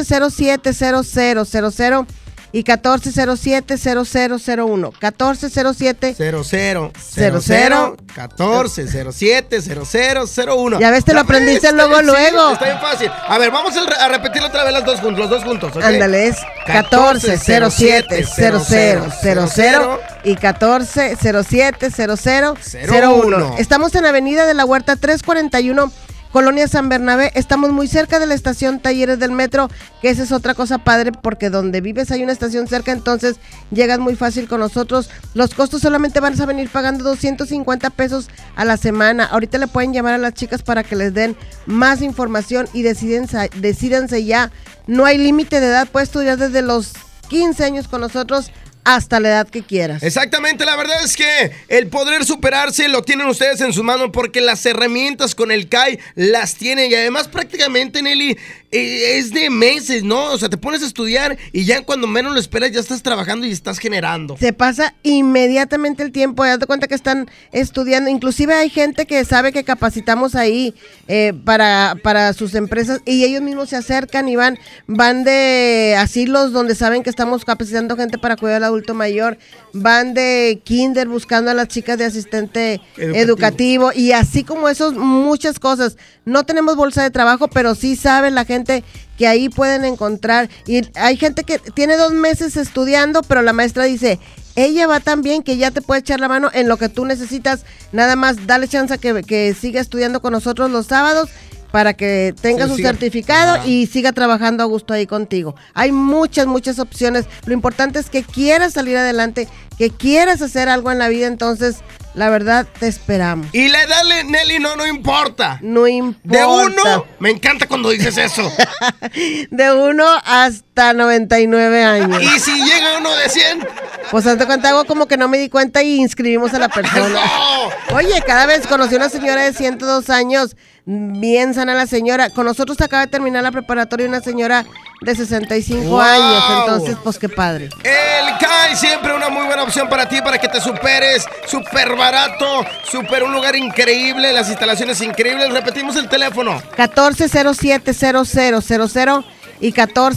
1407-0000 y 1407-0001, 1407-0000, 1407-0001. Ya ves, te lo aprendiste luego. Sí, está bien fácil. A ver, vamos a repetirlo otra vez los dos juntos, ¿ok? Ándale, es 1407-0000 y 1407-0001. Estamos en Avenida de la Huerta 341, Colonia San Bernabé. Estamos muy cerca de la estación Talleres del Metro, que esa es otra cosa padre, porque donde vives hay una estación cerca, entonces llegas muy fácil con nosotros. Los costos solamente van a venir pagando 250 pesos a la semana. Ahorita le pueden llamar a las chicas para que les den más información y decídense ya. No hay límite de edad, puedes estudiar desde los 15 años con nosotros hasta la edad que quieras. Exactamente, la verdad es que el poder superarse lo tienen ustedes en sus manos, porque las herramientas con el CAI las tienen, y además prácticamente, Nelly, es de meses, ¿no? O sea, te pones a estudiar y ya cuando menos lo esperas ya estás trabajando y estás generando. Se pasa inmediatamente el tiempo, ya te cuenta que están estudiando. Inclusive hay gente que sabe que capacitamos ahí para sus empresas, y ellos mismos se acercan y van de asilos donde saben que estamos capacitando gente para cuidar al adulto mayor, van de kinder buscando a las chicas de asistente educativo, y así como esos, muchas cosas. No tenemos bolsa de trabajo, pero sí sabe la gente que ahí pueden encontrar. Y hay gente que tiene 2 meses estudiando, pero la maestra dice, ella va tan bien que ya te puede echar la mano en lo que tú necesitas. Nada más dale chance que siga estudiando con nosotros los sábados, para que tenga su certificado y siga trabajando a gusto ahí contigo. Hay muchas opciones. Lo importante es que quieras salir adelante, que quieras hacer algo en la vida. Entonces, la verdad, te esperamos. Y la edad, Nelly, no importa. No importa. De 1, me encanta cuando dices eso. De 1 hasta 99 años. ¿Y si llega uno de 100? Pues hazte cuenta, hago como que no me di cuenta y inscribimos a la persona. ¡No! Oye, cada vez conocí a una señora de 102 años, bien sana la señora. Con nosotros acaba de terminar la preparatoria una señora de 65 años. Entonces, pues qué padre. El CAI, siempre una muy buena opción para ti, para que te superes. Súper barato, un lugar increíble, las instalaciones increíbles. Repetimos el teléfono: 1407-0000 y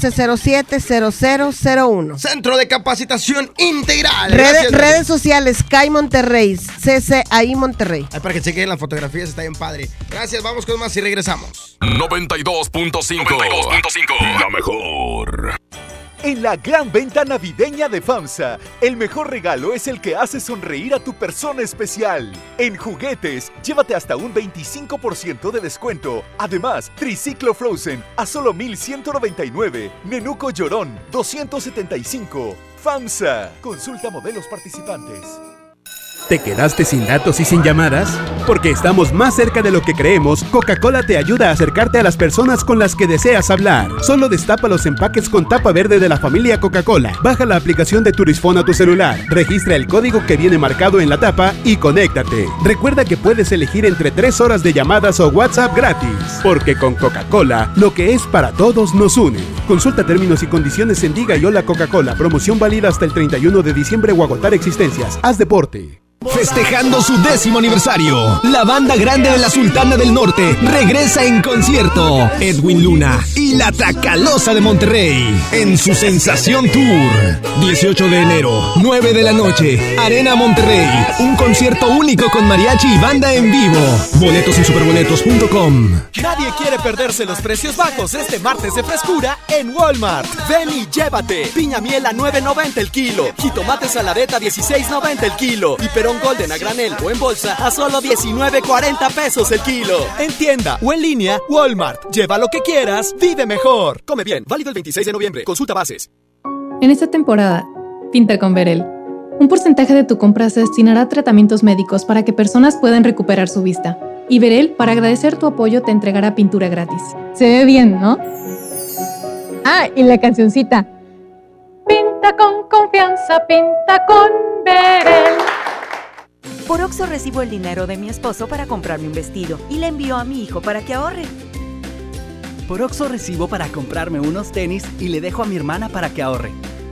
1407-0001. Centro de Capacitación Integral. Redes sociales, CAI Monterrey, CCAI Monterrey. Para que chequen las fotografías, está bien padre. Gracias, vamos con más y regresamos. 92.5. La mejor. en la gran venta navideña de FAMSA. El mejor regalo es el que hace sonreír a tu persona especial. En juguetes, llévate hasta un 25% de descuento. Además, triciclo Frozen a solo 1,199. Nenuco Llorón, 275. FAMSA. Consulta modelos participantes. ¿Te quedaste sin datos y sin llamadas? Porque estamos más cerca de lo que creemos, Coca-Cola te ayuda a acercarte a las personas con las que deseas hablar. Solo destapa los empaques con tapa verde de la familia Coca-Cola. Baja la aplicación de Turisfón a tu celular, registra el código que viene marcado en la tapa y conéctate. Recuerda que puedes elegir entre 3 horas de llamadas o WhatsApp gratis. Porque con Coca-Cola, lo que es para todos nos une. Consulta términos y condiciones en Diga y Hola Coca-Cola. Promoción válida hasta el 31 de diciembre o agotar existencias. Haz deporte. Festejando su 10º aniversario, la banda grande de la Sultana del Norte regresa en concierto. Edwin Luna y la Tracalosa de Monterrey en su Sensación Tour. 18 de enero, 9 de la noche, Arena Monterrey. Un concierto único con mariachi y banda en vivo. Boletos en superboletos.com. Nadie quiere perderse los precios bajos este martes de frescura en Walmart. Ven y llévate. Piña miel a $9.90 el kilo. Jitomate saladeta a $16.90 el kilo. Y perón golden a granel o en bolsa a solo $19.40 pesos el kilo. En tienda o en línea, Walmart. Lleva lo que quieras, vive mejor. Come bien, válido el 26 de noviembre. Consulta bases. En esta temporada, pinta con Verel. Un porcentaje de tu compra se destinará a tratamientos médicos para que personas puedan recuperar su vista. Y Verel, para agradecer tu apoyo, te entregará pintura gratis. Se ve bien, ¿no? Ah, y la cancioncita. Pinta con confianza, pinta con Verel. Por Oxxo recibo el dinero de mi esposo para comprarme un vestido y le envío a mi hijo para que ahorre. Por Oxxo recibo para comprarme unos tenis y le dejo a mi hermana para que ahorre.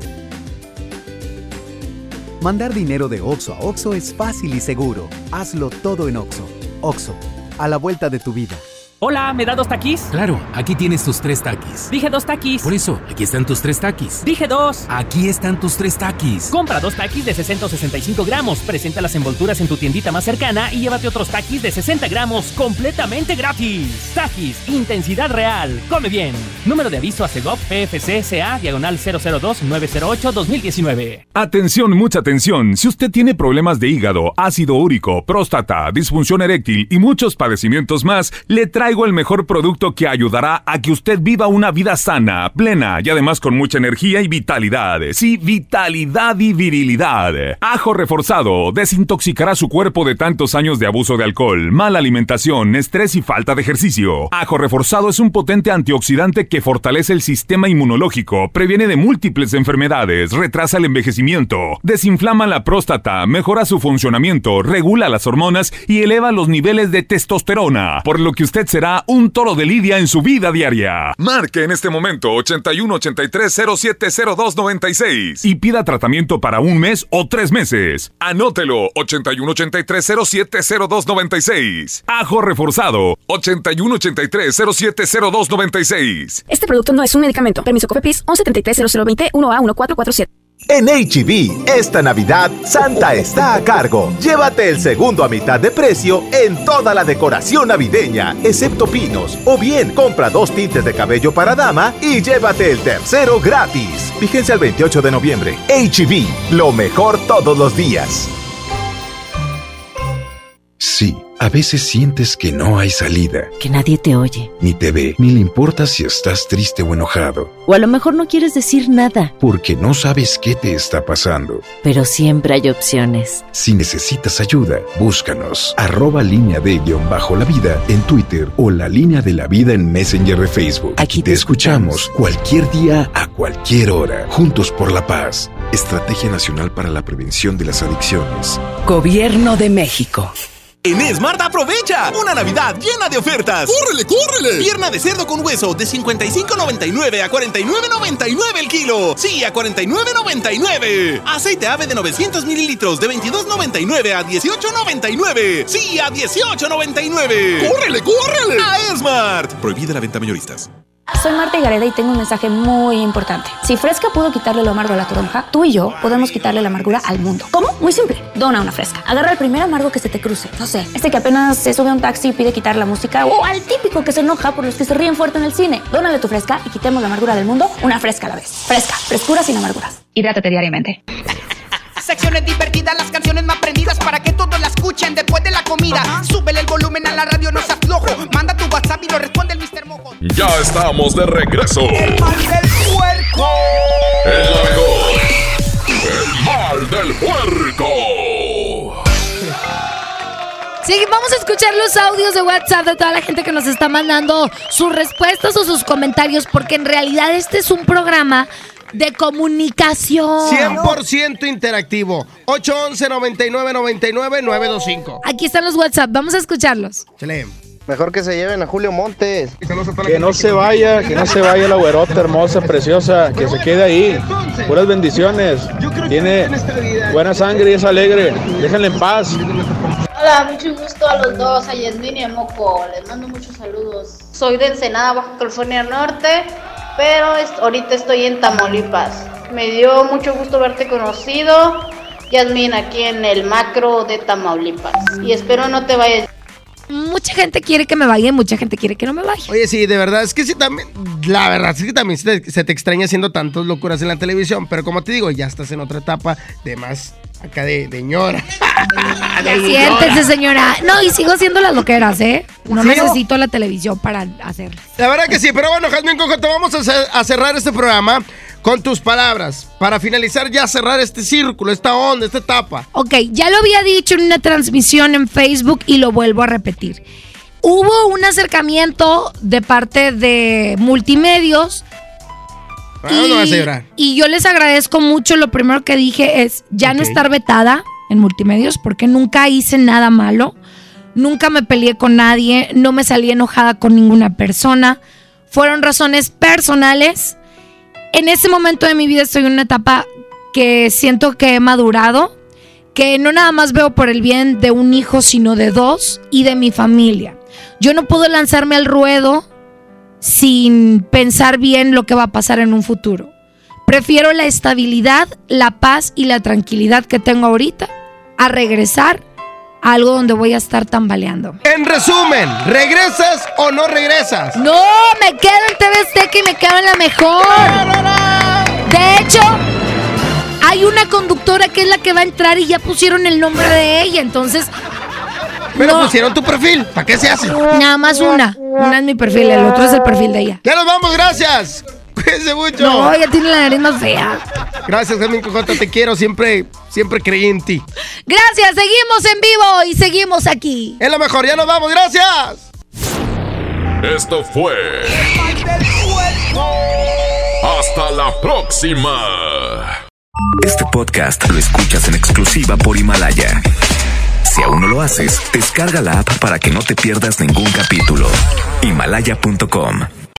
Mandar dinero de Oxxo a Oxxo es fácil y seguro. Hazlo todo en Oxxo. Oxxo, a la vuelta de tu vida. Hola, ¿me da 2 taquis? Claro, aquí tienes tus 3 taquis. Dije 2 taquis. Por eso, aquí están tus 3 taquis. Dije 2. Aquí están tus 3 taquis. Compra 2 taquis de 60 o 65 gramos. Presenta las envolturas en tu tiendita más cercana y llévate otros taquis de 60 gramos completamente gratis. Taquis, intensidad real. Come bien. Número de aviso a Segov PFC CA diagonal 002-908-2019. Atención, mucha atención. Si usted tiene problemas de hígado, ácido úrico, próstata, disfunción eréctil y muchos padecimientos más, le traigo el mejor producto que ayudará a que usted viva una vida sana, plena y además con mucha energía y vitalidad. Sí, vitalidad y virilidad. Ajo reforzado desintoxicará su cuerpo de tantos años de abuso de alcohol, mala alimentación, estrés y falta de ejercicio. Ajo reforzado es un potente antioxidante que fortalece el sistema inmunológico, previene de múltiples enfermedades, retrasa el envejecimiento, desinflama la próstata, mejora su funcionamiento, regula las hormonas y eleva los niveles de testosterona, por lo que usted será un toro de lidia en su vida diaria. Marque en este momento 8183-070296 y pida tratamiento para 1 mes o 3 meses. Anótelo, 8183-070296. Ajo reforzado, 8183-070296. Este producto no es un medicamento. Permiso COFEPRIS 1173-0020 1A1447. En H-E-B, esta Navidad, Santa está a cargo. Llévate el segundo a mitad de precio en toda la decoración navideña, excepto pinos. O bien, compra 2 tintes de cabello para dama y llévate el tercero gratis. Fíjense al 28 de noviembre. H-E-B, lo mejor todos los días. Sí, a veces sientes que no hay salida. Que nadie te oye. Ni te ve, ni le importa si estás triste o enojado. O a lo mejor no quieres decir nada. Porque no sabes qué te está pasando. Pero siempre hay opciones. Si necesitas ayuda, búscanos. @línea de_la vida en Twitter o la línea de la vida en Messenger de Facebook. Aquí te escuchamos cualquier día, a cualquier hora. Juntos por la paz. Estrategia Nacional para la Prevención de las Adicciones. Gobierno de México. En Smart aprovecha una Navidad llena de ofertas. ¡Córrele, córrele! Pierna de cerdo con hueso de $55.99 a $49.99 el kilo. Sí, a $49.99. Aceite ave de 900 mililitros de $22.99 a $18.99. Sí, a $18.99. ¡Córrele, córrele! A Smart. Prohibida la venta a mayoristas. Soy Marta Higareda y tengo un mensaje muy importante. Si Fresca pudo quitarle lo amargo a la toronja, tú y yo podemos quitarle la amargura al mundo. ¿Cómo? Muy simple. Dona una Fresca. Agarra el primer amargo que se te cruce. No sé, que apenas se sube a un taxi y pide quitar la música, o al típico que se enoja por los que se ríen fuerte en el cine. Dónale tu Fresca y quitemos la amargura del mundo una Fresca a la vez. Fresca. Frescura sin amarguras. Hidrátate diariamente. Secciones divertidas, las canciones más prendidas para que todos la escuchen después de la comida. Súbele el volumen a la radio, no seas flojo. Manda tu WhatsApp y lo responde el Mr. Mojo. Ya estamos de regreso. El mal del puerco. El mejor. El mal del puerco. Sí, vamos a escuchar los audios de WhatsApp de toda la gente que nos está mandando sus respuestas o sus comentarios, porque en realidad este es un programa de comunicación 100% interactivo. 811-9999-925. Aquí están los WhatsApp, vamos a escucharlos. Chale. Mejor que se lleven a Julio Montes. Que no se vaya la güerota hermosa, preciosa, que se quede ahí. Puras bendiciones. Tiene buena sangre y es alegre. Déjenla en paz. Hola, mucho gusto a los dos, a Yasmín y a Moco. Les mando muchos saludos. Soy de Ensenada, Baja California Norte, pero ahorita estoy en Tamaulipas. Me dio mucho gusto verte conocido, Yasmín, aquí en el macro de Tamaulipas. Y espero no te vayas. Mucha gente quiere que me vaya y mucha gente quiere que no me vaya. Oye, sí, de verdad, es que sí también, la verdad es que también se te extraña haciendo tantas locuras en la televisión, pero como te digo, ya estás en otra etapa de más acá de ñora. Siéntese, señora. No, y sigo haciendo las loqueras, ¿eh? No necesito la televisión para hacerlas. La verdad que sí, pero bueno, Jazmín Cocote, vamos a cerrar este programa con tus palabras, para finalizar ya, cerrar este círculo, esta onda, esta etapa. Ok, ya lo había dicho en una transmisión en Facebook y lo vuelvo a repetir. Hubo un acercamiento de parte de Multimedios. No vas a llorar. Y yo les agradezco mucho. Lo primero que dije es ya no estar vetada en Multimedios, porque nunca hice nada malo, nunca me peleé con nadie, no me salí enojada con ninguna persona. Fueron razones personales. En ese momento de mi vida estoy en una etapa que siento que he madurado, que no nada más veo por el bien de un hijo, sino de dos y de mi familia. Yo no puedo lanzarme al ruedo sin pensar bien lo que va a pasar en un futuro. Prefiero la estabilidad, la paz y la tranquilidad que tengo ahorita a regresar a algo donde voy a estar tambaleando. En resumen, ¿regresas o no regresas? No, me quedo en TV Azteca y me quedo en la mejor. De hecho, hay una conductora que es la que va a entrar y ya pusieron el nombre de ella, entonces... Pero pusieron tu perfil, ¿para qué se hace? Nada más una es mi perfil, el otro es el perfil de ella. ¡Ya nos vamos, gracias! Cuídense mucho. No, ella tiene la nariz más fea. Gracias, Jazmín Cocote, te quiero, siempre creí en ti. Gracias, seguimos en vivo y seguimos aquí. Es lo mejor, ya nos vamos, gracias. Esto fue... ¡Hasta la próxima! Este podcast lo escuchas en exclusiva por Himalaya. Si aún no lo haces, descarga la app para que no te pierdas ningún capítulo. Himalaya.com